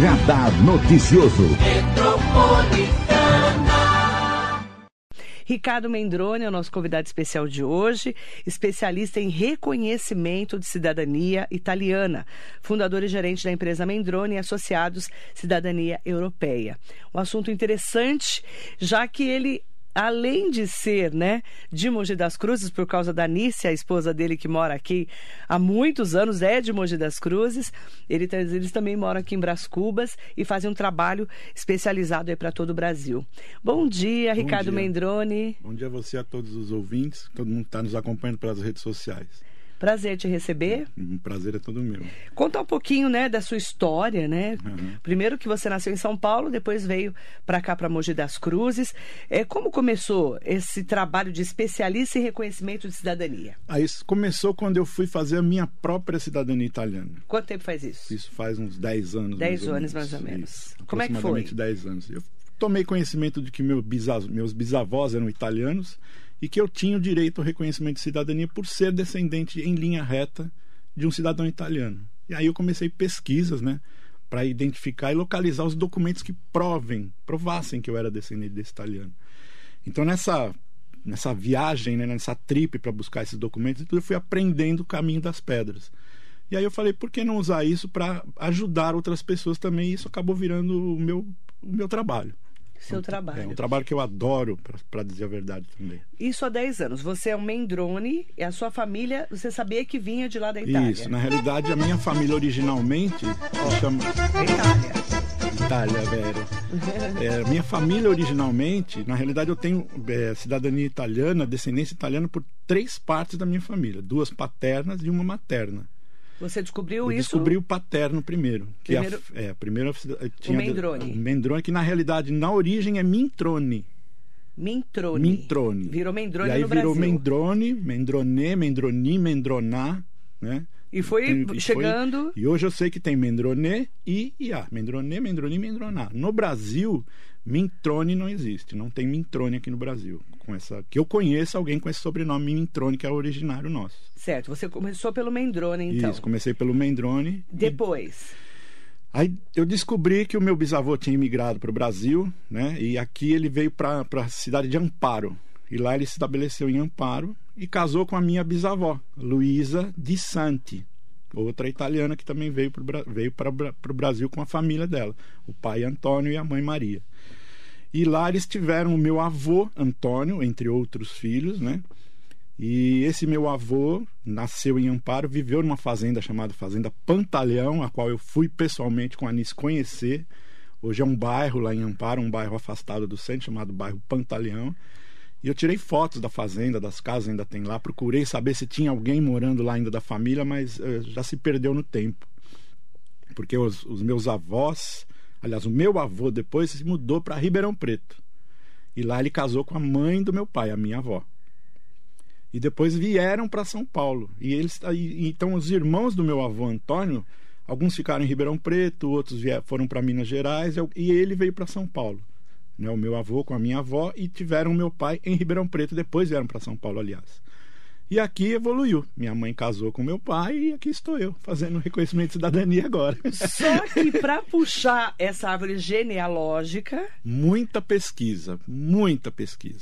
Radar Noticioso. Ricardo Mendroni é o nosso convidado especial de hoje, especialista em reconhecimento de cidadania italiana, fundador e gerente da empresa Mendroni e Associados Cidadania Europeia. Um assunto interessante, já que ele, além de ser, de Mogi das Cruzes, por causa da Nícia, a esposa dele que mora aqui há muitos anos, é de Mogi das Cruzes, eles também moram aqui em Brás Cubas e fazem um trabalho especializado para todo o Brasil. Bom dia, Ricardo Mendroni. Bom dia a você, a todos os ouvintes, todo mundo que está nos acompanhando pelas redes sociais. Prazer te receber. Um prazer é todo meu. Conta um pouquinho, da sua história, Uhum. Primeiro que você nasceu em São Paulo, depois veio para cá, para Mogi das Cruzes. Como começou esse trabalho de especialista em reconhecimento de cidadania? Isso começou quando eu fui fazer a minha própria cidadania italiana. Quanto tempo faz isso? Isso faz uns 10 anos. 10 anos, mais ou menos. Isso, como é que foi? Aproximadamente 10 anos. Eu tomei conhecimento de que meus bisavós eram italianos e que eu tinha o direito ao reconhecimento de cidadania por ser descendente em linha reta de um cidadão italiano. E aí eu comecei pesquisas, para identificar e localizar os documentos que provassem que eu era descendente desse italiano. Então nessa viagem, nessa trip para buscar esses documentos, eu fui aprendendo o caminho das pedras. E aí eu falei, por que não usar isso para ajudar outras pessoas também? E isso acabou virando o meu trabalho. Seu trabalho. É um trabalho que eu adoro, para dizer a verdade também. Isso há 10 anos. Você é um Mendroni e a sua família, você sabia que vinha de lá da Itália? Isso. Na realidade, a minha família originalmente se chama... Itália, velho. Minha família originalmente, na realidade eu tenho cidadania italiana, descendência italiana por 3 partes da minha família. 2 paternas e uma materna. Você descobriu eu isso? Descobri o paterno primeiro. Primeiro tinha o Mendroni. O Mendroni, que na realidade, na origem é Mintroni. Mintroni. Virou Mendroni no Brasil. E aí virou Mendroni, Mendronê, Mendroni, Mendroná, E foi chegando... E hoje eu sei que tem Mendronê e Iá. Mendronê, Mendroni, Mendroná. No Brasil, Mintroni não existe. Não tem Mintroni aqui no Brasil. Que eu conheça alguém com esse sobrenome Mintroni, que é originário nosso. Certo. Você começou pelo Mendroni, então. Isso, comecei pelo Mendroni. Depois... Aí eu descobri que o meu bisavô tinha imigrado para o Brasil, e aqui ele veio para a cidade de Amparo. E lá ele se estabeleceu em Amparo e casou com a minha bisavó, Luísa Di Santi, outra italiana que também veio para o Brasil com a família dela, o pai Antônio e a mãe Maria. E lá eles tiveram o meu avô, Antônio, entre outros filhos, E esse meu avô nasceu em Amparo, viveu numa fazenda chamada Fazenda Pantaleão, a qual eu fui pessoalmente com a Anice conhecer. Hoje é um bairro lá em Amparo, um bairro afastado do centro, chamado bairro Pantaleão. E eu tirei fotos da fazenda, das casas ainda tem lá. Procurei saber se tinha alguém morando lá ainda da família, mas já se perdeu no tempo. Porque os meus avós, aliás, o meu avô depois se mudou para Ribeirão Preto. E lá ele casou com a mãe do meu pai, a minha avó. E depois vieram para São Paulo. Então os irmãos do meu avô Antônio, alguns ficaram em Ribeirão Preto, outros foram para Minas Gerais, e ele veio para São Paulo. O meu avô com a minha avó, e tiveram o meu pai em Ribeirão Preto, depois vieram para São Paulo, aliás. E aqui evoluiu. Minha mãe casou com meu pai e aqui estou eu, fazendo reconhecimento de cidadania agora. Só que para puxar essa árvore genealógica... Muita pesquisa. Muita.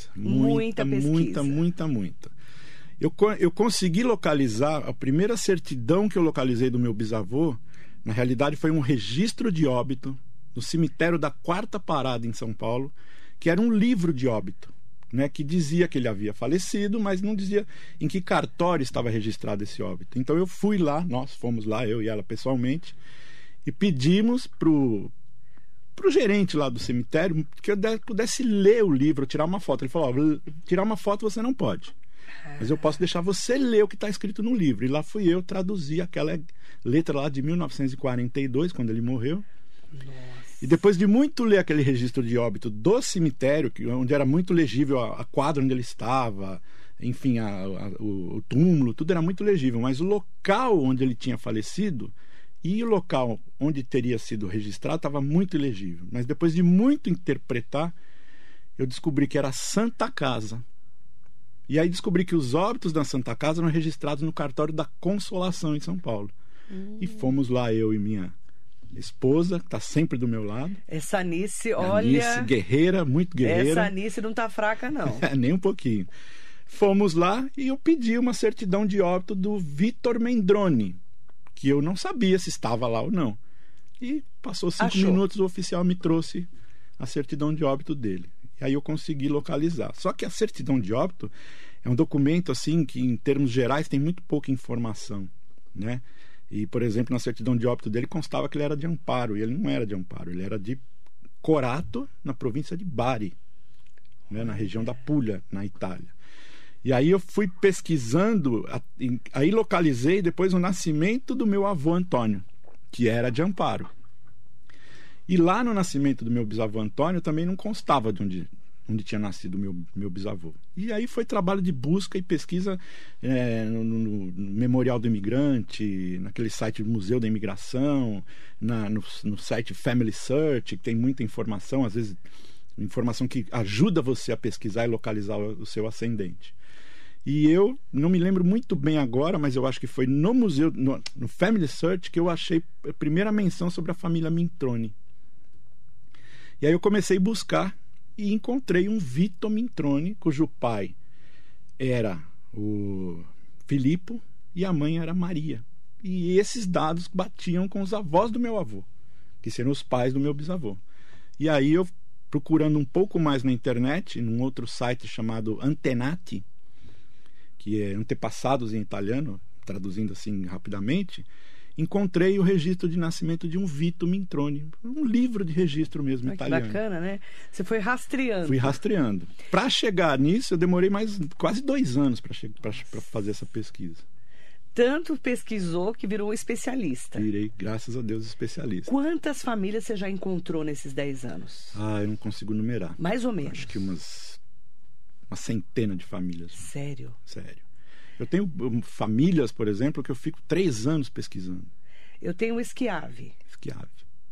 Eu consegui localizar, a primeira certidão que eu localizei do meu bisavô, na realidade foi um registro de óbito no cemitério da Quarta Parada em São Paulo, que era um livro de óbito, que dizia que ele havia falecido, mas não dizia em que cartório estava registrado esse óbito. Então eu fui lá, nós fomos lá, eu e ela pessoalmente, e pedimos pro gerente lá do cemitério que eu pudesse ler o livro, tirar uma foto. Ele falou, tirar uma foto você não pode, mas eu posso deixar você ler o que está escrito no livro. E lá fui eu traduzir aquela letra lá de 1942, quando ele morreu. Nossa. E depois de muito ler aquele registro de óbito do cemitério, onde era muito legível a quadra onde ele estava, enfim, o túmulo, tudo era muito legível, mas o local onde ele tinha falecido e o local onde teria sido registrado estava muito ilegível. Mas depois de muito interpretar, eu descobri que era Santa Casa. E aí descobri que os óbitos da Santa Casa eram registrados no cartório da Consolação em São Paulo. E fomos lá, eu e minha esposa, que está sempre do meu lado. Essa Anice, olha... Anice, guerreira, muito guerreira. Essa Anice não tá fraca, não. Nem um pouquinho. Fomos lá e eu pedi uma certidão de óbito do Vitor Mendroni, que eu não sabia se estava lá ou não. E passou 5 minutos, o oficial me trouxe a certidão de óbito dele. E aí eu consegui localizar. Só que a certidão de óbito é um documento assim que, em termos gerais, tem muito pouca informação, né? E, por exemplo, na certidão de óbito dele constava que ele era de Amparo, e ele não era de Amparo, ele era de Corato, na província de Bari, né? Na região da Puglia, na Itália. E aí eu fui pesquisando, aí localizei depois o nascimento do meu avô Antônio, que era de Amparo. E lá no nascimento do meu bisavô Antônio também não constava de onde tinha nascido meu bisavô. E aí foi trabalho de busca e pesquisa no Memorial do Imigrante, naquele site do Museu da Imigração, no site Family Search, que tem muita informação, às vezes informação que ajuda você a pesquisar e localizar o seu ascendente. E eu não me lembro muito bem agora, mas eu acho que foi no museu, no Family Search, que eu achei a primeira menção sobre a família Mintroni. E aí eu comecei a buscar e encontrei um Vito Mintroni, cujo pai era o Filippo e a mãe era Maria. E esses dados batiam com os avós do meu avô, que seriam os pais do meu bisavô. E aí eu, procurando um pouco mais na internet, num outro site chamado Antenati, que é antepassados em italiano, traduzindo assim rapidamente, encontrei o registro de nascimento de um Vito Mintroni, um livro de registro mesmo italiano. Que bacana, né? Você foi rastreando. Fui rastreando. Para chegar nisso, eu demorei quase 2 anos para fazer essa pesquisa. Tanto pesquisou que virou um especialista. Virei, graças a Deus, especialista. Quantas famílias você já encontrou nesses 10 anos? Eu não consigo numerar. Mais ou menos. Acho que uma centena de famílias. Sério? Sério. Eu tenho famílias, por exemplo, que eu fico 3 anos pesquisando. Eu tenho o Schiavi. Schiavi.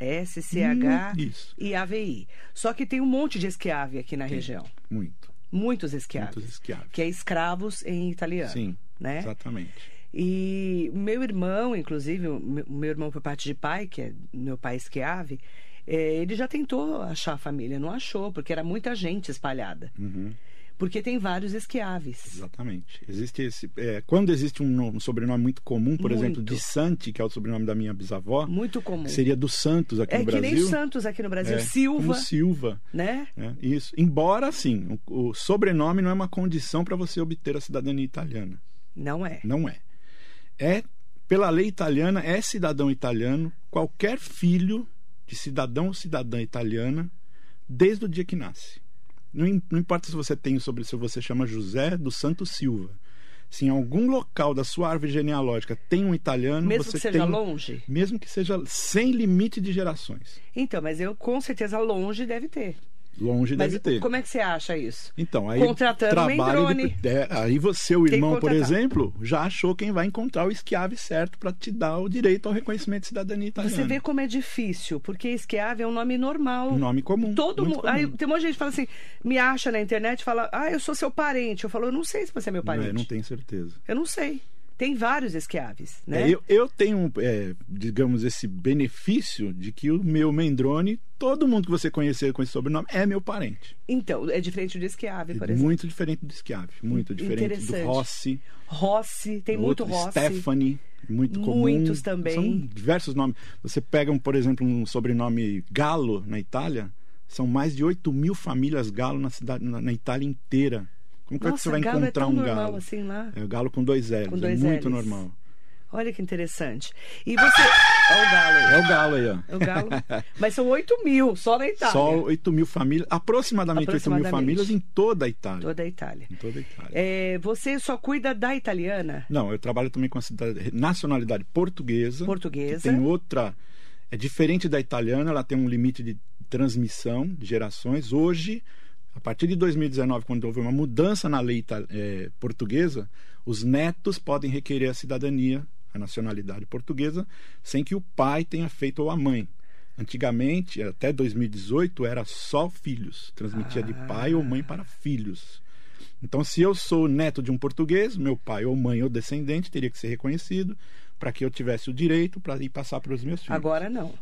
S-C-H-I-A-V-I. Só que tem um monte de Schiavi aqui na região. Muitos Schiavi. Que é escravos em italiano. Sim, né? Exatamente. E meu irmão, inclusive, o meu irmão por parte de pai, que é meu pai Schiavi, ele já tentou achar a família, não achou, porque era muita gente espalhada. Uhum. Porque tem vários Schiavis. Exatamente. Existe quando existe um sobrenome muito comum, por exemplo, de Santi, que é o sobrenome da minha bisavó. Muito comum. Que seria dos Santos aqui no Brasil. É que nem Santos aqui no Brasil. Silva. Como Silva. Né? Isso. Embora, assim, o sobrenome não é uma condição para você obter a cidadania italiana. Não é. Não é. Pela lei italiana, é cidadão italiano qualquer filho de cidadão ou cidadã italiana desde o dia que nasce. Não importa se você se você chama José dos Santos Silva. Se em algum local da sua árvore genealógica tem um italiano... Mesmo você que seja longe? Mesmo que seja sem limite de gerações. Então, mas com certeza longe deve ter. Longe deve ter. Como é que você acha isso? Então, aí contratando o Mendroni. Aí você, o irmão, por exemplo, já achou quem vai encontrar o Schiavi certo para te dar o direito ao reconhecimento de cidadania italiana. Você vê como é difícil, porque Schiavi é um nome normal. Um nome comum. Todo mundo. Aí tem um monte de gente que fala assim, me acha na internet e fala, eu sou seu parente. Eu falo, eu não sei se você é meu parente. Eu não tenho certeza. Eu não sei. Tem vários Schiavis, né? Eu tenho, digamos, esse benefício de que o meu Mendroni, todo mundo que você conhecer com esse sobrenome, é meu parente. Então, é diferente do Schiavi, por exemplo. Muito diferente do Schiavi. Muito diferente do Rossi. Rossi, tem muito Rossi. Stephanie, muito comum. Muitos também. São diversos nomes. Você pega, por exemplo, um sobrenome Gallo na Itália, são mais de 8.000 famílias Gallo na Itália inteira. Como é que você vai encontrar um galo? Assim, lá? É o galo com 2 L's. Com 2 muito L's. normal. Olha que interessante. E você... Olha o galo aí. É o galo aí, ó. É o galo. Mas são 8.000 só na Itália. Só 8.000 famílias, aproximadamente 8.000 famílias em toda a Itália. Toda a Itália. Em toda a Itália. Você só cuida da italiana? Não, eu trabalho também com a nacionalidade portuguesa. Portuguesa. Tem outra... É diferente da italiana, ela tem um limite de transmissão de gerações. Hoje... A partir de 2019, quando houve uma mudança na lei portuguesa, os netos podem requerer a cidadania, a nacionalidade portuguesa, sem que o pai tenha feito ou a mãe. Antigamente, até 2018, era só filhos. Transmitia de pai ou mãe para filhos. Então, se eu sou neto de um português, meu pai ou mãe ou descendente teria que ser reconhecido para que eu tivesse o direito para ir passar para os meus filhos. Agora não.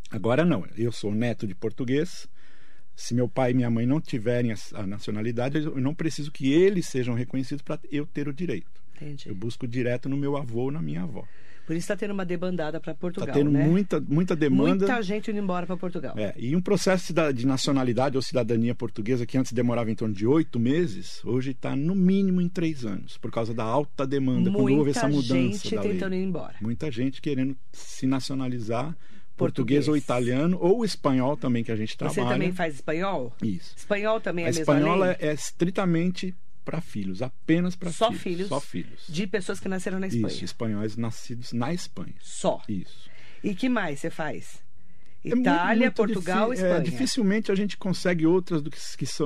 Agora não, eu sou neto de português. Se meu pai e minha mãe não tiverem a nacionalidade, eu não preciso que eles sejam reconhecidos para eu ter o direito. Entendi. Eu busco direto no meu avô ou na minha avó. Por isso está tendo uma debandada para Portugal, Está tendo né? muita demanda. Muita gente indo embora para Portugal. E um processo de nacionalidade ou cidadania portuguesa que antes demorava em torno de 8 meses, hoje está no mínimo em 3 anos, por causa da alta demanda, quando houve essa mudança Muita gente da lei. tentando ir embora. Muita gente querendo se nacionalizar, português ou italiano, ou espanhol também, que a gente trabalha. Você também faz espanhol? Isso. Espanhol também é a mesma espanhola lei? é estritamente para filhos, apenas para filhos. Só filhos. De pessoas que nasceram na Espanha. Isso, espanhóis nascidos na Espanha. Só. Isso. E que mais você faz? Itália, muito Portugal, Espanha. Dificilmente a gente consegue outras do que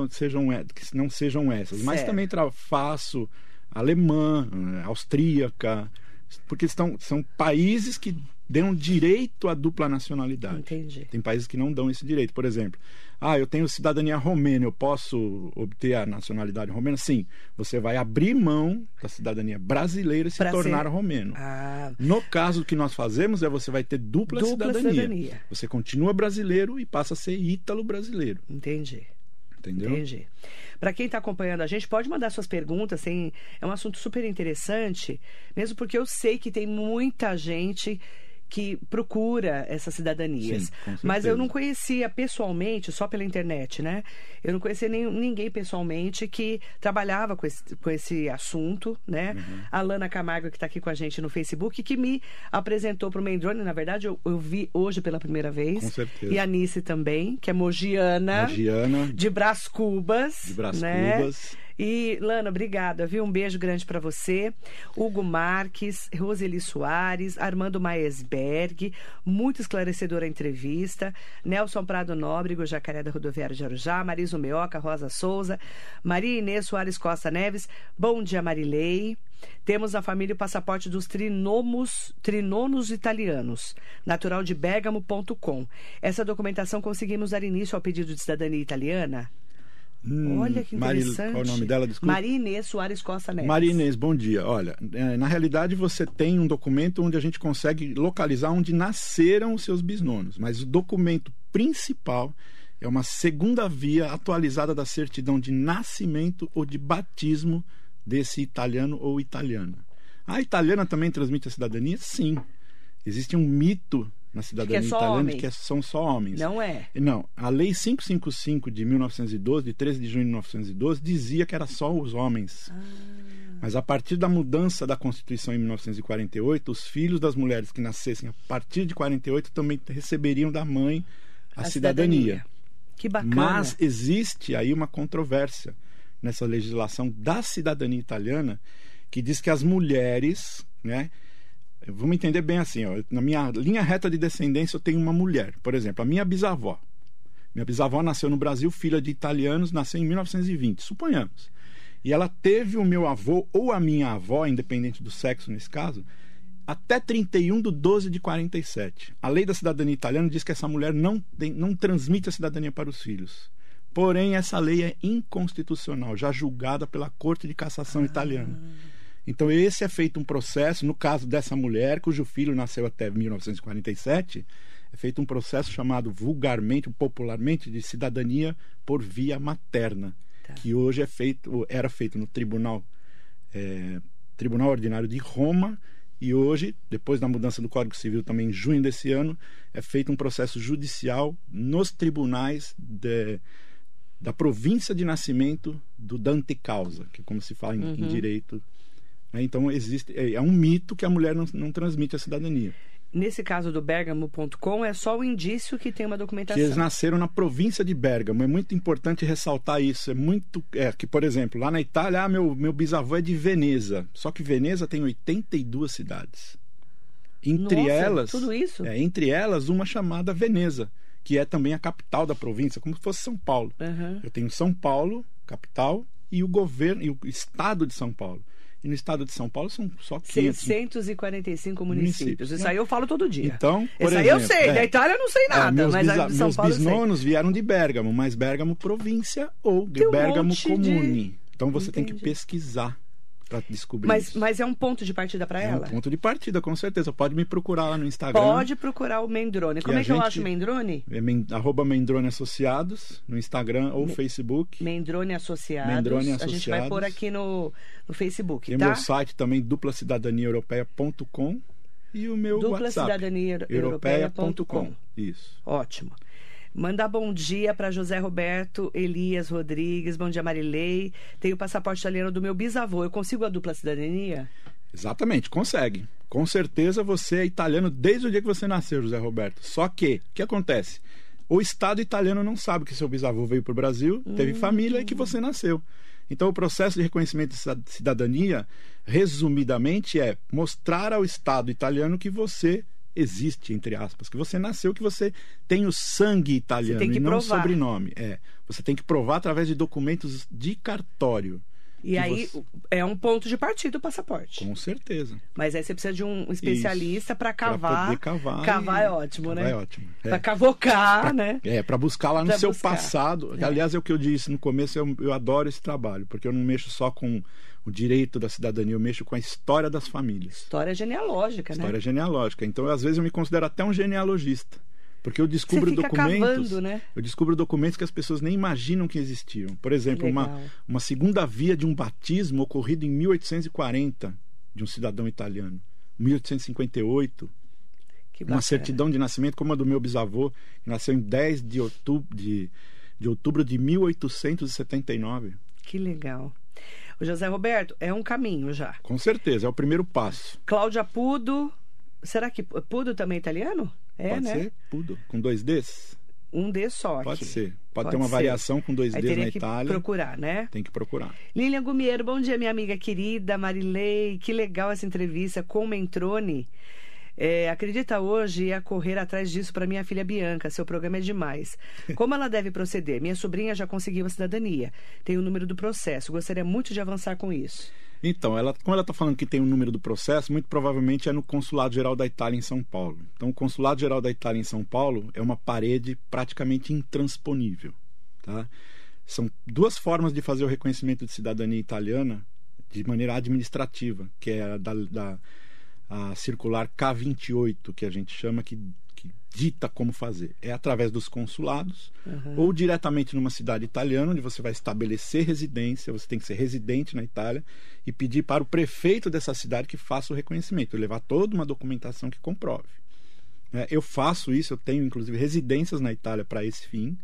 não sejam essas. Mas também faço alemã, austríaca, porque são países que dão direito à dupla nacionalidade. Entendi. Tem países que não dão esse direito. Por exemplo, eu tenho cidadania romena, eu posso obter a nacionalidade romena? Sim. Você vai abrir mão da cidadania brasileira e se tornar romeno. No caso, o que nós fazemos você vai ter dupla cidadania. Você continua brasileiro e passa a ser ítalo-brasileiro. Entendi. Entendeu? Entendi. Para quem está acompanhando a gente, pode mandar suas perguntas. É um assunto super interessante, mesmo porque eu sei que tem muita gente que procura essas cidadanias. Sim, mas eu não conhecia pessoalmente, só pela internet, né? Eu não conhecia ninguém pessoalmente que trabalhava com esse assunto, né? Uhum. A Lana Camargo, que está aqui com a gente no Facebook, que me apresentou para o Mendrone. Na verdade, eu vi hoje pela primeira vez. Com certeza. E a Nice também, que é mogiana. De Brás Cubas. De Brás Cubas. E, Lana, obrigada, viu? Um beijo grande para você. Hugo Marques, Roseli Soares, Armando Maesberg, muito esclarecedora a entrevista. Nelson Prado Nóbrego, Jacaré da Rodoviária de Arujá, Mariso Meoca, Rosa Souza, Maria Inês Soares Costa Neves. Bom dia, Marilei. Temos na família o passaporte dos trinonos italianos, natural de Bergamo.com. Essa documentação conseguimos dar início ao pedido de cidadania italiana? Olha que interessante. Qual é o nome dela? Desculpa. Maria Inês Soares Costa Neves. Maria Inês, bom dia. Olha, na realidade você tem um documento onde a gente consegue localizar onde nasceram os seus bisnonos, mas o documento principal é uma segunda via atualizada da certidão de nascimento ou de batismo desse italiano ou italiana. A italiana também transmite a cidadania? Sim. Existe um mito na cidadania italiana de que são só homens. Não é? Não. A Lei 555 de 1912, de 13 de junho de 1912, dizia que era só os homens. Mas a partir da mudança da Constituição em 1948, os filhos das mulheres que nascessem a partir de 48 também receberiam da mãe a cidadania. Que bacana. Mas existe aí uma controvérsia nessa legislação da cidadania italiana que diz que as mulheres, né? Vamos entender bem assim, na minha linha reta de descendência eu tenho uma mulher, por exemplo, a minha bisavó. Minha bisavó nasceu no Brasil, filha de italianos, nasceu em 1920, suponhamos. E ela teve o meu avô ou a minha avó, independente do sexo nesse caso, até 31 de 12 de 47. A lei da cidadania italiana diz que essa mulher não transmite a cidadania para os filhos. Porém, essa lei é inconstitucional, já julgada pela Corte de Cassação italiana. Então, esse é feito um processo, no caso dessa mulher, cujo filho nasceu até 1947, é feito um processo chamado vulgarmente, popularmente, de cidadania por via materna, que hoje era feito no Tribunal Ordinário de Roma, e hoje, depois da mudança do Código Civil, também em junho desse ano, é feito um processo judicial nos tribunais da província de nascimento do Dante Causa, que é como se fala em direito. Então é um mito que a mulher não transmite a cidadania. Nesse caso do Bergamo.com, é só o indício que tem uma documentação. Que eles nasceram na província de Bergamo. É muito importante ressaltar isso. Que, por exemplo, lá na Itália, meu bisavô é de Veneza. Só que Veneza tem 82 cidades. Entre elas, tudo isso? Entre elas, uma chamada Veneza, que é também a capital da província, como se fosse São Paulo. Eu tenho São Paulo, capital, e o governo e o estado de São Paulo. E no estado de São Paulo são só 645 municípios. Isso aí eu falo todo dia. Então, isso aí eu sei. Da Itália eu não sei nada, mas de São Paulo eu sei. Meus bisnonos vieram de Bergamo, mas Bergamo província ou de Bergamo Comune. Então você tem que pesquisar para descobrir isso. Mas é um ponto de partida para ela? É um ponto de partida, com certeza. Pode me procurar lá no Instagram. Pode procurar o Mendrone. Como é que eu acho o Mendrone? @ Mendrone Associados, no Instagram ou Facebook. Mendrone Associados. Mendrone Associados. A gente vai pôr aqui no Facebook, Tem tá? o meu site também, duplacidadaniaeuropeia.com, e o meu WhatsApp, duplacidadaniaeuropeia.com. Isso. Ótimo. Mandar bom dia para José Roberto Elias Rodrigues, bom dia Marilei. Tenho o passaporte italiano do meu bisavô. Eu consigo a dupla cidadania? Exatamente, consegue. Com certeza você é italiano desde o dia que você nasceu, José Roberto. Só que, o que acontece? O Estado italiano não sabe que seu bisavô veio para o Brasil, teve família e que você nasceu. Então, o processo de reconhecimento de cidadania, resumidamente, é mostrar ao Estado italiano que você existe, entre aspas, que você nasceu, que você tem o sangue italiano e não o sobrenome. Você tem que provar através de documentos de cartório. E aí é um ponto de partida o passaporte. Com certeza. Mas aí você precisa de um especialista para cavar. Para poder cavar. Cavar é ótimo, né? É ótimo. Para cavocar, né? Para buscar lá no seu passado. Aliás, é o que eu disse no começo, eu adoro esse trabalho, porque eu não mexo só com o direito da cidadania, eu mexo com a história das famílias. História genealógica, né? História genealógica. Então, às vezes, eu me considero até um genealogista. Porque eu descubro documentos. Cavando, né? Eu descubro documentos que as pessoas nem imaginam que existiam. Por exemplo, uma segunda via de um batismo ocorrido em 1840 de um cidadão italiano. 1858. Uma certidão de nascimento como a do meu bisavô, que nasceu em 10 de outubro de 1879. Que legal. O José Roberto, é um caminho já. Com certeza, é o primeiro passo. Cláudia Pudo. Será que Pudo também é italiano? Pode ser Pudo, com 2 Ds? Um D só aqui. Pode ser. Pode ter uma variação com 2 Ds na Itália. Tem que procurar, né? Tem que procurar. Lilian Gumiero, bom dia, minha amiga querida. Marilei, que legal essa entrevista com o Mendrone. Acredita hoje ia correr atrás disso para minha filha Bianca. Seu programa é demais. Como ela deve proceder? Minha sobrinha já conseguiu a cidadania. Tem o número do processo. Gostaria muito de avançar com isso. Então, como ela está falando que tem o número do processo, muito provavelmente é no Consulado-Geral da Itália em São Paulo. Então, o Consulado-Geral da Itália em São Paulo é uma parede praticamente intransponível. Tá? São 2 formas de fazer o reconhecimento de cidadania italiana de maneira administrativa, que é a circular K28, que a gente chama, que dita como fazer. É através dos consulados ou diretamente numa cidade italiana, onde você vai estabelecer residência, você tem que ser residente na Itália e pedir para o prefeito dessa cidade que faça o reconhecimento, levar toda uma documentação que comprove. Eu faço isso, eu tenho inclusive residências na Itália para esse fim.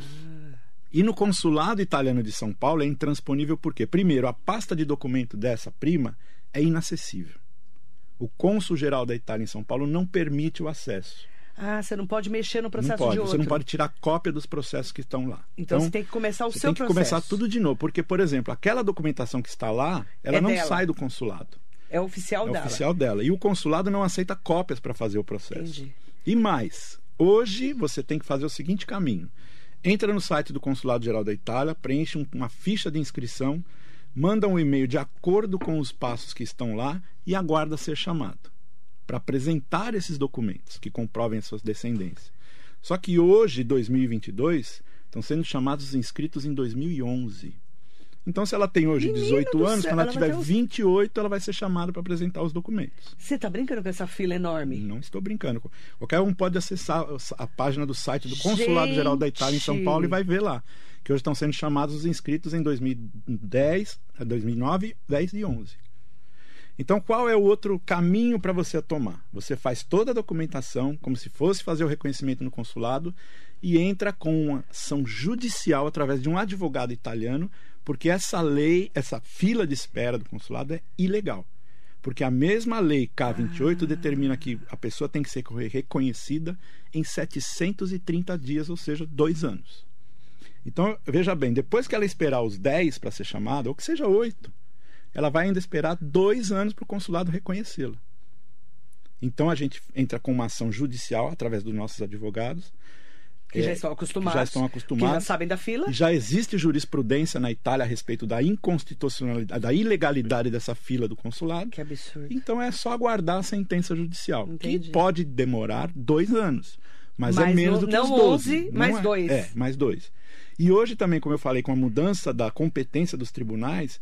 E no consulado italiano de São Paulo é intransponível porque, primeiro, a pasta de documento dessa prima é inacessível. O cônsul-geral da Itália em São Paulo não permite o acesso. Você não pode mexer no processo de outro. Você não pode tirar cópia dos processos que estão lá. Então você tem que começar o seu processo. Você tem que começar tudo de novo. Porque, por exemplo, aquela documentação que está lá, ela não sai do consulado. É oficial dela. É oficial dela. E o consulado não aceita cópias para fazer o processo. Entendi. E mais, hoje você tem que fazer o seguinte caminho. Entra no site do Consulado-Geral da Itália, preenche uma ficha de inscrição, manda um e-mail de acordo com os passos que estão lá e aguarda ser chamado para apresentar esses documentos que comprovem a sua descendência. Só que hoje, 2022, estão sendo chamados os inscritos em 2011. Então, se ela tem hoje 18 anos, quando ela tiver 28, ela vai ser chamada para apresentar os documentos. Você está brincando com essa fila enorme? Não estou brincando. Qualquer um pode acessar a página do site do Consulado-Geral da Itália em São Paulo e vai ver lá. Que hoje estão sendo chamados os inscritos em 2010, 2009, 10 e 11. Então, qual é o outro caminho para você tomar? Você faz toda a documentação, como se fosse fazer o reconhecimento no consulado, e entra com uma ação judicial através de um advogado italiano, porque essa lei, essa fila de espera do consulado é ilegal. Porque a mesma lei K28 determina que a pessoa tem que ser reconhecida em 730 dias, ou seja, 2 anos. Então, veja bem, depois que ela esperar os 10 para ser chamada, ou que seja 8, ela vai ainda esperar 2 anos para o consulado reconhecê-la. Então, a gente entra com uma ação judicial através dos nossos advogados, que já estão acostumados, que já sabem da fila. Já existe jurisprudência na Itália a respeito da inconstitucionalidade, da ilegalidade dessa fila do consulado. Que absurdo. Então é só aguardar a sentença judicial, Entendi. que pode demorar 2 anos, mas é menos do que os 12. Não mais 2. Mais 2. E hoje também, como eu falei, com a mudança da competência dos tribunais,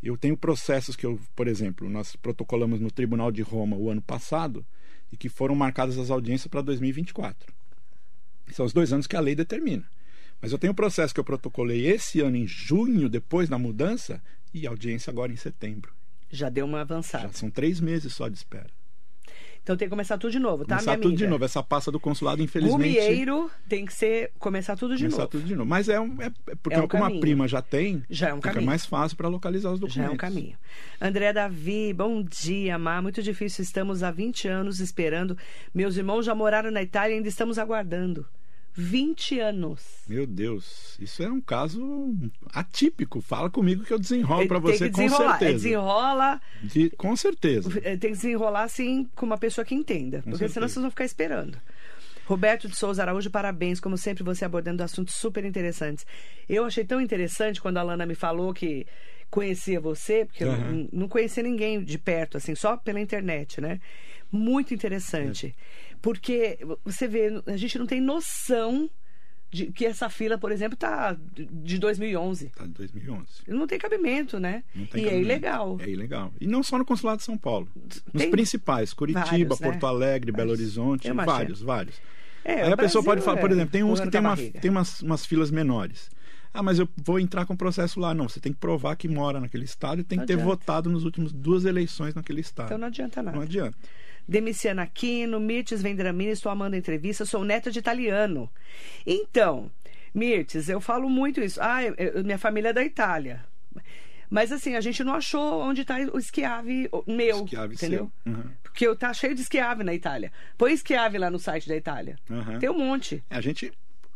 Eu tenho processos que por exemplo, nós protocolamos no Tribunal de Roma o ano passado e que foram marcadas as audiências para 2024. São os 2 anos que a lei determina. Mas eu tenho um processo que eu protocolei esse ano em junho, depois da mudança, e audiência agora em setembro. Já deu uma avançada. Já são 3 meses só de espera. Então tem que começar tudo de novo, tá, começar minha tudo amiga? de novo. Essa pasta do consulado, infelizmente... Rumieiro tem que começar tudo de novo. Tudo de novo. Mas porque como caminho. A prima já tem, já é um fica caminho. mais fácil para localizar os documentos. Já é um caminho. André Davi, bom dia, Má. Muito difícil, estamos há 20 anos esperando. Meus irmãos já moraram na Itália e ainda estamos aguardando. 20 anos. Meu Deus, isso é um caso atípico. Fala comigo que eu desenrolo para você, com certeza. Desenrola. Com certeza. Tem que desenrolar, assim, com uma pessoa que entenda. Porque senão vocês vão ficar esperando. Roberto de Souza Araújo, parabéns. Como sempre, você abordando assuntos super interessantes. Eu achei tão interessante quando a Lana me falou que conhecia você, porque eu não conhecia ninguém de perto, assim, só pela internet, né? Muito interessante. Porque você vê, a gente não tem noção de que essa fila, por exemplo, tá de 2011. Tá de 2011. Não tem cabimento, né? Não tem cabimento. É ilegal. É ilegal. E não só no Consulado de São Paulo. Nos principais, Curitiba, vários, né? Porto Alegre, Belo Horizonte, vários. É, aí a pessoa pode falar, por exemplo, tem uns que tem umas filas menores. Ah, mas eu vou entrar com processo lá. Não, você tem que provar que mora naquele estado e tem que ter votado nas últimas 2 eleições naquele estado. Então não adianta nada. Não adianta. Demiciana Aquino, Mirtes Vendramini, estou amando a entrevista, sou neto de italiano. Então, Mirtes, eu falo muito isso. Minha família é da Itália. Mas assim, a gente não achou onde está o Schiavi meu, Schiavi entendeu? Porque tá cheio de Schiavi na Itália. Põe Schiavi lá no site da Itália. Tem um monte. A gente...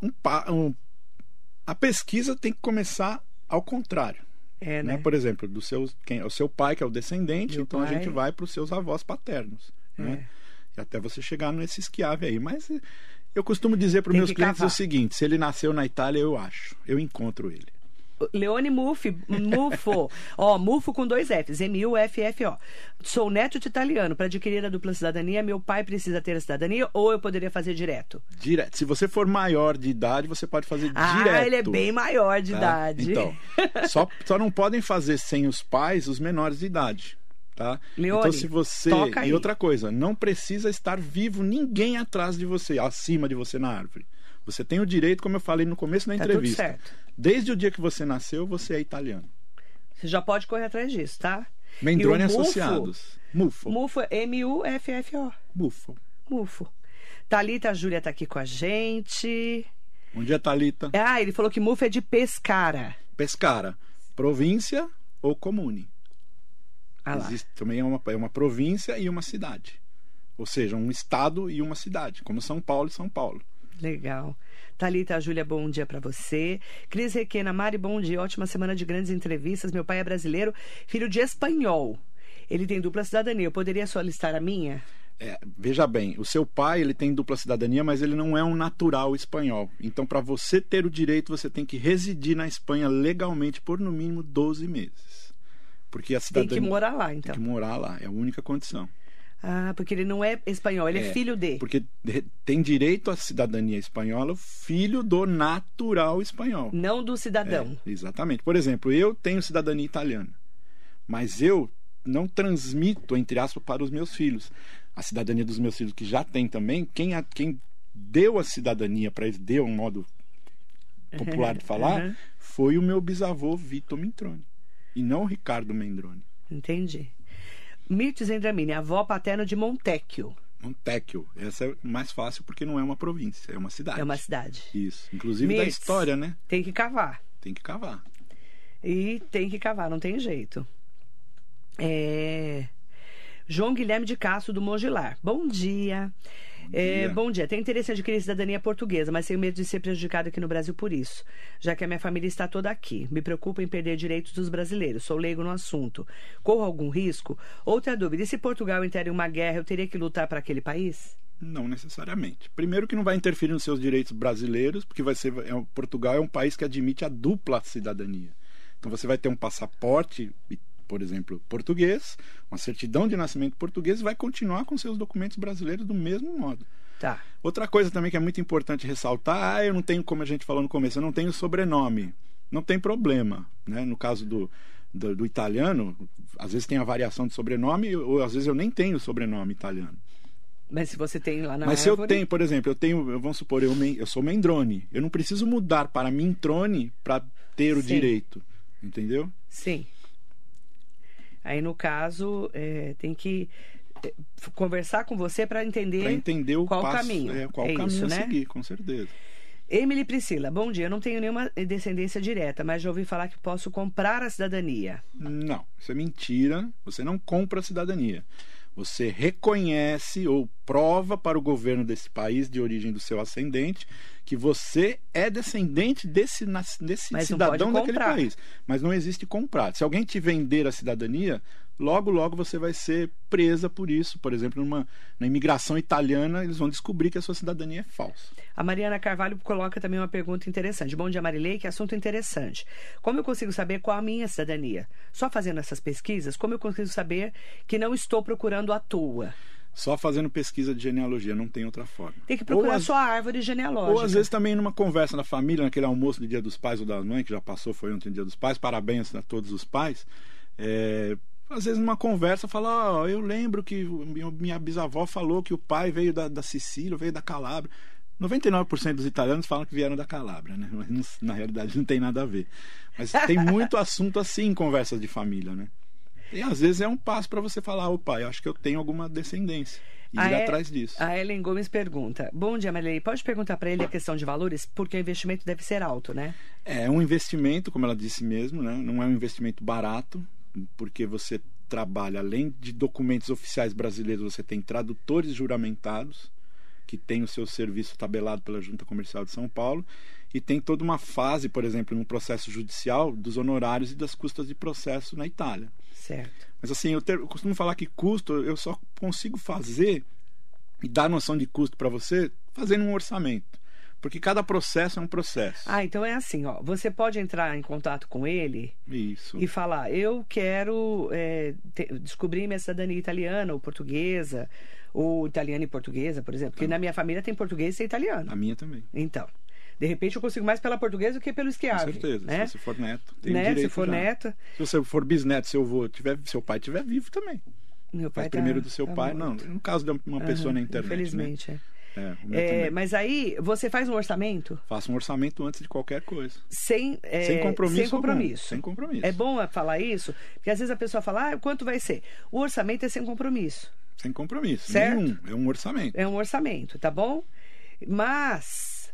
A pesquisa tem que começar ao contrário. Né? Por exemplo, o seu pai, que é o descendente, então a gente vai para os seus avós paternos. Né? E até você chegar nesse Schiavi aí. Mas eu costumo dizer para os meus clientes o seguinte: se ele nasceu na Itália, eu encontro ele. Leone Muffo. Muffo com 2 Fs, M-U-F-F-O. Sou neto de italiano. Para adquirir a dupla cidadania, meu pai precisa ter a cidadania ou eu poderia fazer direto? Direto. Se você for maior de idade, você pode fazer direto. Ele é bem maior de idade. Então, só não podem fazer sem os pais os menores de idade. Tá? Leone, então, se você... toca aí. E outra coisa, não precisa estar vivo ninguém atrás de você, acima de você na árvore. Você tem o direito, como eu falei no começo da entrevista. Tudo certo. Desde o dia que você nasceu, você é italiano. Você já pode correr atrás disso, tá? Mendrone Associados. Mufo. Mufo, M-U-F-F-O. Mufo. Thalita Júlia tá aqui com a gente. Bom dia, Thalita. Ele falou que Mufo é de Pescara. Província ou comune. Existe também é uma província e uma cidade. Ou seja, um estado e uma cidade, como São Paulo e São Paulo. Legal. Thalita, Júlia, bom dia para você. Cris Requena, Mari, bom dia. Ótima semana de grandes entrevistas. Meu pai é brasileiro, filho de espanhol. Ele tem dupla cidadania. Eu poderia solicitar a minha? Veja bem, o seu pai ele tem dupla cidadania, mas ele não é um natural espanhol. Então, para você ter o direito, você tem que residir na Espanha legalmente por no mínimo 12 meses. Porque a cidadania... Tem que morar lá, então. Tem que morar lá, é a única condição. Porque ele não é espanhol, ele é filho de... Porque tem direito à cidadania espanhola o filho do natural espanhol. Não do cidadão. Exatamente. Por exemplo, eu tenho cidadania italiana, mas eu não transmito, entre aspas, para os meus filhos. A cidadania dos meus filhos, que já tem também, quem deu a cidadania para eles, deu um modo popular de falar, foi o meu bisavô Vitor Mendrone, e não o Ricardo Mendrone. Entendi. Mirtes Vendramini, avó paterna de Montecchio. Essa é mais fácil porque não é uma província, é uma cidade. É uma cidade. Isso. Inclusive Mirtes, da história, né? Tem que cavar. E tem que cavar, não tem jeito. João Guilherme de Castro, do Mogilar. Bom dia. Bom dia. Tenho interesse em adquirir cidadania portuguesa, mas tenho medo de ser prejudicado aqui no Brasil por isso, já que a minha família está toda aqui. Me preocupo em perder direitos dos brasileiros. Sou leigo no assunto. Corro algum risco? Outra dúvida. E se Portugal entrar em uma guerra, eu teria que lutar para aquele país? Não necessariamente. Primeiro que não vai interferir nos seus direitos brasileiros, porque Portugal é um país que admite a dupla cidadania. Então você vai ter um passaporte, por exemplo, português, uma certidão de nascimento português, e vai continuar com seus documentos brasileiros do mesmo modo. Tá. Outra coisa também que é muito importante ressaltar, eu não tenho, como a gente falou no começo, eu não tenho sobrenome. Não tem problema, né? No caso do italiano, às vezes tem a variação de sobrenome, ou às vezes eu nem tenho sobrenome italiano. Mas se você tem lá na Mas se eu árvore... tenho, por exemplo, vamos supor, eu sou Mendrone. Eu não preciso mudar para Mintrone para ter o direito. Entendeu? Sim. Aí, no caso, tem que conversar com você para entender qual o caminho. Qual o caminho a seguir, com certeza. Emily Priscila, bom dia. Eu não tenho nenhuma descendência direta, mas já ouvi falar que posso comprar a cidadania. Não, isso é mentira. Você não compra a cidadania. Você reconhece ou prova para o governo desse país de origem do seu ascendente que você é descendente desse cidadão daquele país. Mas não existe comprar. Se alguém te vender a cidadania, logo você vai ser presa por isso. Por exemplo, na imigração italiana, eles vão descobrir que a sua cidadania é falsa. A Mariana Carvalho coloca também uma pergunta interessante. Bom dia, Marilei, que assunto interessante. Como eu consigo saber qual a minha cidadania? Só fazendo essas pesquisas, como eu consigo saber que não estou procurando à toa? Só fazendo pesquisa de genealogia, não tem outra forma. Tem que procurar sua árvore genealógica. Ou às vezes também numa conversa na família, naquele almoço do Dia dos Pais ou da Mãe, que já passou, foi ontem o Dia dos Pais, parabéns a todos os pais. Às vezes numa conversa fala, eu lembro que minha bisavó falou que o pai veio da Sicília, veio da Calábria. 99% dos italianos falam que vieram da Calábria, né? Mas na realidade não tem nada a ver. Mas tem muito assunto assim em conversas de família, né? E às vezes é um passo para você falar, opa, eu acho que eu tenho alguma descendência. E ir atrás disso. A Ellen Gomes pergunta, bom dia, Marilei, pode perguntar para ele a questão de valores? Porque o investimento deve ser alto, né? É um investimento, como ela disse mesmo, né? Não é um investimento barato, porque você trabalha, além de documentos oficiais brasileiros, você tem tradutores juramentados, que tem o seu serviço tabelado pela Junta Comercial de São Paulo, e tem toda uma fase, por exemplo, no processo judicial, dos honorários e das custas de processo na Itália. Certo. Mas assim, eu costumo falar que custo eu só consigo fazer e dar noção de custo para você fazendo um orçamento. Porque cada processo é um processo. Então é assim, ó. Você pode entrar em contato com ele e falar, eu quero descobrir minha cidadania italiana ou portuguesa, ou italiana e portuguesa, por exemplo. Porque na minha família tem português e italiano. A minha também. Então, de repente eu consigo mais pela portuguesa do que pelo Schiavi. Com certeza, né? Se você for neto. Tem direito se for já. neto. Se você for bisneto, seu pai estiver vivo também. Meu pai primeiro do seu pai. Não, no caso de uma pessoa na internet. Infelizmente, né? Mas aí você faz um orçamento? Faço um orçamento antes de qualquer coisa. Sem compromisso. Sem compromisso. É bom falar isso, porque às vezes a pessoa fala, quanto vai ser? O orçamento é sem compromisso. Sem compromisso. Certo? Nenhum. É um orçamento. É um orçamento, tá bom? Mas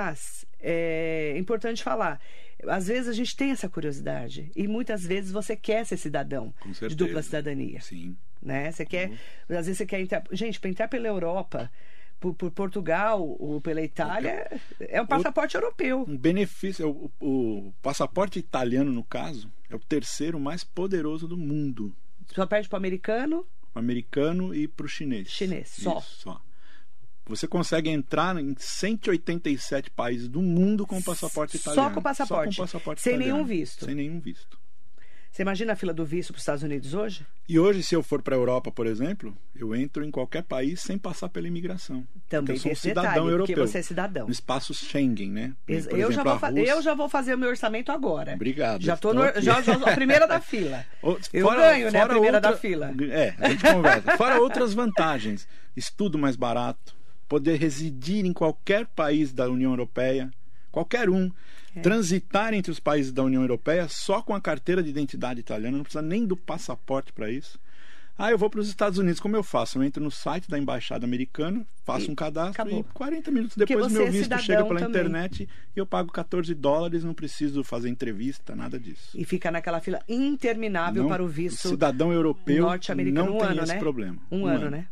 é importante falar. Às vezes a gente tem essa curiosidade. E muitas vezes você quer ser cidadão de dupla cidadania. Sim. Né? Você quer. Às vezes você quer entrar. Gente, para entrar pela Europa, por Portugal ou pela Itália, é um passaporte europeu. Um benefício. O passaporte italiano, no caso, é o terceiro mais poderoso do mundo. Só perde para o americano? O americano e para o chinês. Só. Isso, só. Você consegue entrar em 187 países do mundo com o passaporte italiano. Só com o passaporte sem italiano. Nenhum visto. Sem nenhum visto. Você imagina a fila do visto para os Estados Unidos hoje? E hoje, se eu for para a Europa, por exemplo, eu entro em qualquer país sem passar pela imigração. Também tem esse cidadão detalhe, europeu, porque você é cidadão. No espaço Schengen, né? Por eu exemplo, já vou fazer o meu orçamento agora. Obrigado. Já estou a primeira da fila. Eu ganho, né? A primeira da fila. A gente conversa. Fora outras vantagens. Estudo mais barato. Poder residir em qualquer país da União Europeia. Qualquer um. Transitar entre os países da União Europeia só com a carteira de identidade italiana. Não precisa nem do passaporte para isso. Eu vou para os Estados Unidos. Como eu faço? Eu entro no site da Embaixada Americana, faço um cadastro acabou. E 40 minutos depois o meu visto chega pela internet e eu pago $14, não preciso fazer entrevista, nada disso. E fica naquela fila interminável para o visto cidadão europeu norte-americano. Não tem esse problema. Um ano, né?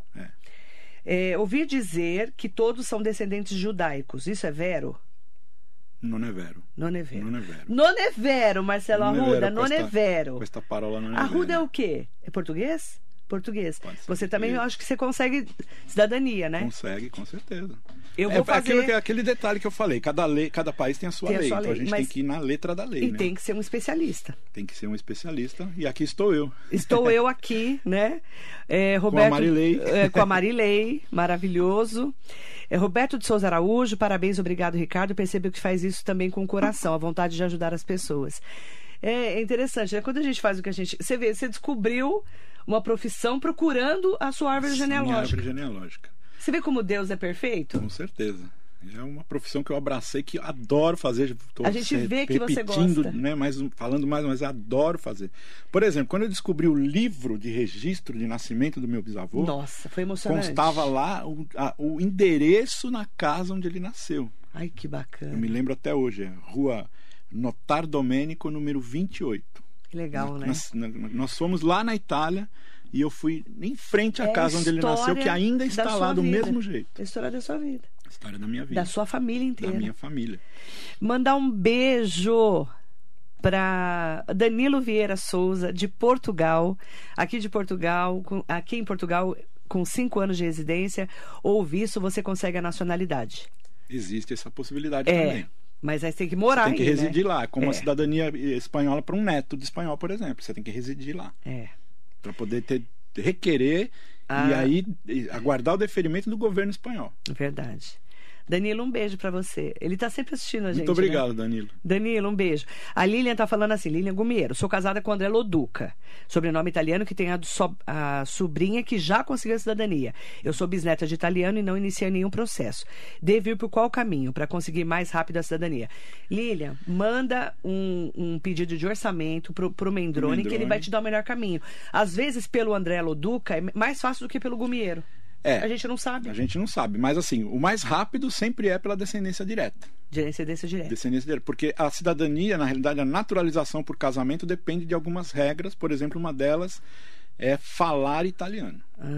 Ouvi dizer que todos são descendentes judaicos. Isso é vero? Non è vero. Non è vero. Non è vero, Marcelo Arruda, non è vero. Questa parola non è Arruda vero. é o quê? É português? Português. Você também, português. eu acho que você consegue cidadania, né? Consegue, com certeza. Eu vou fazer... aquele detalhe que eu falei, cada país tem a sua lei. Então a gente tem que ir na letra da lei, e né? tem que ser um especialista. Tem que ser um especialista. E aqui estou eu. Estou eu aqui, né? Roberto, com a Marilei. Com a Marilei, maravilhoso. Roberto de Souza Araújo, parabéns, obrigado, Ricardo. Percebeu que faz isso também com o coração, a vontade de ajudar as pessoas. É interessante, né? Quando a gente faz o que a gente... Você vê, você descobriu uma profissão procurando a sua árvore genealógica. Minha árvore genealógica. Você vê como Deus é perfeito? Com certeza. É uma profissão que eu abracei, que eu adoro fazer. A gente vê que você gosta. Né, falando mais, mas eu adoro fazer. Por exemplo, quando eu descobri o livro de registro de nascimento do meu bisavô... Nossa, foi emocionante. Constava lá o endereço na casa onde ele nasceu. Ai, que bacana. Eu me lembro até hoje. É Rua Notar Domênico, número 28. Que legal, né? Nós fomos lá na Itália e eu fui em frente à casa onde ele nasceu, que ainda está lá do mesmo jeito. A história da sua vida. A história da minha vida. Da sua família inteira. Da minha família. Mandar um beijo para Danilo Vieira Souza, de Portugal. Aqui em Portugal, com 5 anos de residência ou visto, você consegue a nacionalidade. Existe essa possibilidade também. Mas aí você tem que morar aí, Você tem que residir né? lá, como a cidadania espanhola para um neto de espanhol, por exemplo. Você tem que residir lá. Para poder requerer e aí aguardar o deferimento do governo espanhol. Verdade. Danilo, um beijo pra você. Ele tá sempre assistindo a gente. Muito obrigado, né? Danilo. Danilo, um beijo. A Lilian tá falando assim, Lilian Gumiero, sou casada com André Loduca, sobrenome italiano, que tem a sobrinha que já conseguiu a cidadania. Eu sou bisneta de italiano e não iniciei nenhum processo. Devo ir por qual caminho para conseguir mais rápido a cidadania? Lilian, manda um pedido de orçamento pro Mendrone, que ele vai te dar o melhor caminho. Às vezes, pelo André Loduca, é mais fácil do que pelo Gumiero. A gente não sabe. A gente não sabe. Mas, assim, o mais rápido sempre é pela descendência direta. Descendência direta. Descendência direta. Porque a cidadania, na realidade, a naturalização por casamento depende de algumas regras. Por exemplo, uma delas é falar italiano.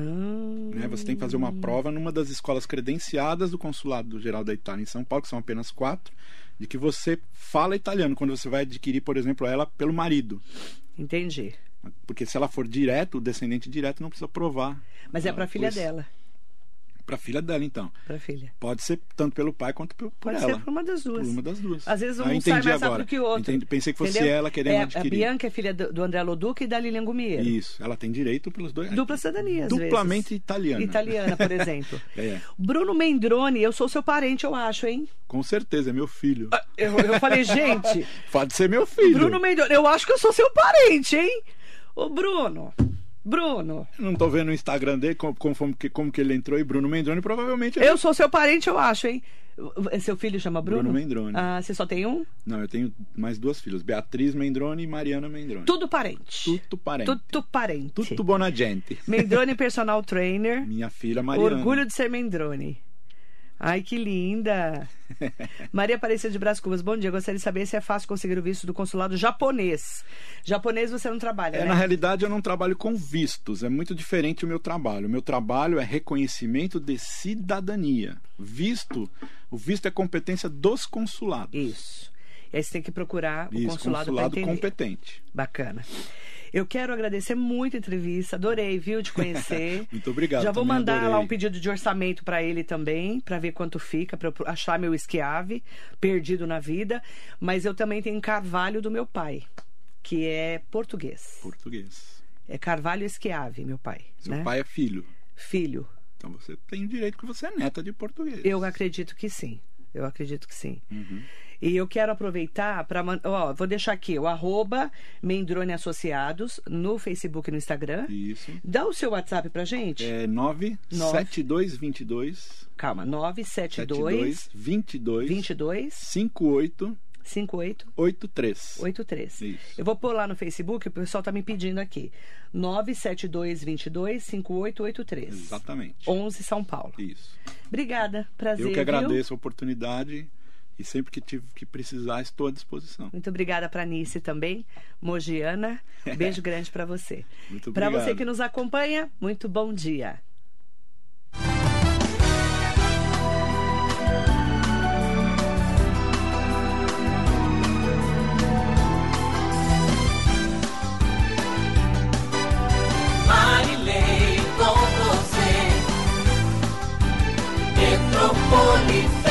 Né? Você tem que fazer uma prova numa das escolas credenciadas do Consulado Geral da Itália em São Paulo, que são apenas 4, de que você fala italiano quando você vai adquirir, por exemplo, ela pelo marido. Entendi. Porque se ela for direto, o descendente direto não precisa provar. Mas é para a filha dela. Para a filha dela, então. Para a filha. Pode ser tanto pelo pai quanto por ela. Pode ser por uma das duas. Por uma das duas. Às vezes um sai mais rápido que o outro. Pensei que fosse ela querendo adquirir. A Bianca é filha do André Loduca e da Lilian Gumiero. Isso. Ela tem direito pelos dois. Dupla cidadania, às Duplamente vezes. italiana. Italiana, por exemplo. Bruno Mendrone, eu sou seu parente, eu acho, hein? Com certeza, é meu filho. Eu falei, gente... Pode ser meu filho. Bruno Mendrone, eu acho que eu sou seu parente, hein? Ô, Bruno... Eu não tô vendo o Instagram dele, como que ele entrou, e Bruno Mendrone provavelmente... Eu sou seu parente, eu acho, hein? Seu filho chama Bruno? Bruno Mendrone. Você só tem um? Não, eu tenho mais 2 filhas, Beatriz Mendrone e Mariana Mendrone. Tudo parente. Tudo parente. Tudo parente. Tudo bona gente. Mendrone personal trainer. Minha filha Mariana. Orgulho de ser Mendrone. Ai, que linda! Maria Aparecida de Brás Cubas, bom dia. Gostaria de saber se é fácil conseguir o visto do consulado japonês. Japonês você não trabalha, né? Na realidade, eu não trabalho com vistos. É muito diferente o meu trabalho. O meu trabalho é reconhecimento de cidadania. O visto é competência dos consulados. Isso. E aí você tem que procurar o consulado competente. Bacana. Eu quero agradecer muito a entrevista, adorei, viu, de conhecer. Muito obrigado. Já vou mandar lá um pedido de orçamento para ele também, para ver quanto fica, para eu achar meu esquiave perdido na vida. Mas eu também tenho Carvalho do meu pai, que é português. É Carvalho Esquiave, meu pai. Seu pai é filho. Filho. Então você tem o direito que você é neta de português. Eu acredito que sim. Uhum. E eu quero aproveitar para... vou deixar aqui o @Mendrone Associados no Facebook e no Instagram. Isso. Dá o seu WhatsApp pra gente. É 97222... Calma, 972... 22... 58... 83. Isso. Eu vou pôr lá no Facebook, o pessoal tá me pedindo aqui. 97222 5883. Exatamente. 11 São Paulo. Isso. Obrigada, prazer. Eu que agradeço a oportunidade e sempre que precisar estou à disposição. Muito obrigada para Nice também, Mogiana. Beijo grande para você. Muito obrigado. Para você que nos acompanha, muito bom dia. Metropolitana.